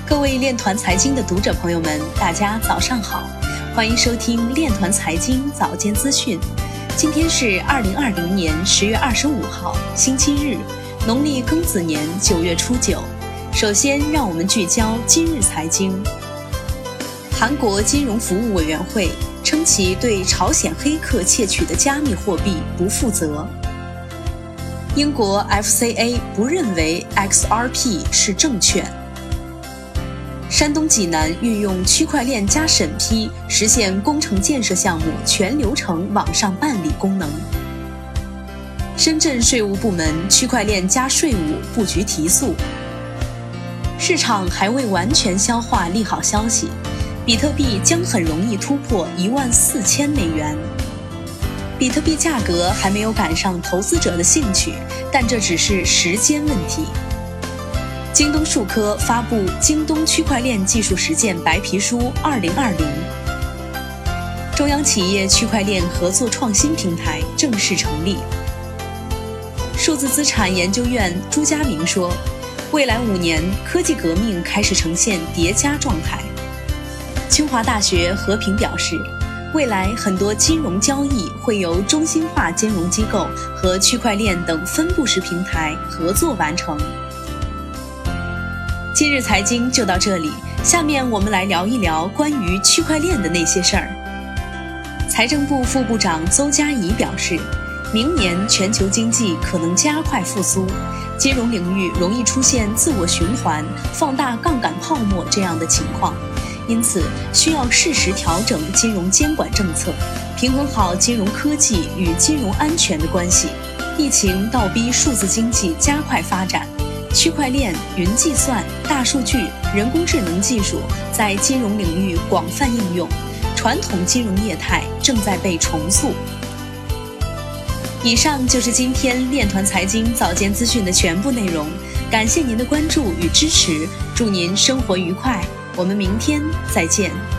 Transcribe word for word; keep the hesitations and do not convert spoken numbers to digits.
各位链团财经的读者朋友们，大家早上好，欢迎收听链团财经早间资讯。今天是二零二零年十月二十五号，星期日，农历庚子年九月初九。首先，让我们聚焦今日财经。韩国金融服务委员会称其对朝鲜黑客窃取的加密货币不负责。英国 F C A 不认为 X R P 是证券。山东济南运用区块链加审批，实现工程建设项目全流程网上办理功能。深圳税务部门区块链加税务布局提速。市场还未完全消化利好消息，比特币将很容易突破一万四千美元。比特币价格还没有赶上投资者的兴趣，但这只是时间问题。京东数科发布《京东区块链技术实践白皮书二零二零》，中央企业区块链合作创新平台正式成立。数字资产研究院朱家明说，未来五年科技革命开始呈现叠加状态。清华大学和平表示，未来很多金融交易会由中心化金融机构和区块链等分布式平台合作完成。今日财经就到这里，下面我们来聊一聊关于区块链的那些事儿。财政部副部长邹嘉怡表示，明年全球经济可能加快复苏，金融领域容易出现自我循环、放大杠杆泡沫这样的情况，因此需要适时调整金融监管政策，平衡好金融科技与金融安全的关系。疫情倒逼数字经济加快发展，区块链、云计算、大数据、人工智能技术在金融领域广泛应用，传统金融业态正在被重塑。以上就是今天链团财经早间资讯的全部内容，感谢您的关注与支持，祝您生活愉快，我们明天再见。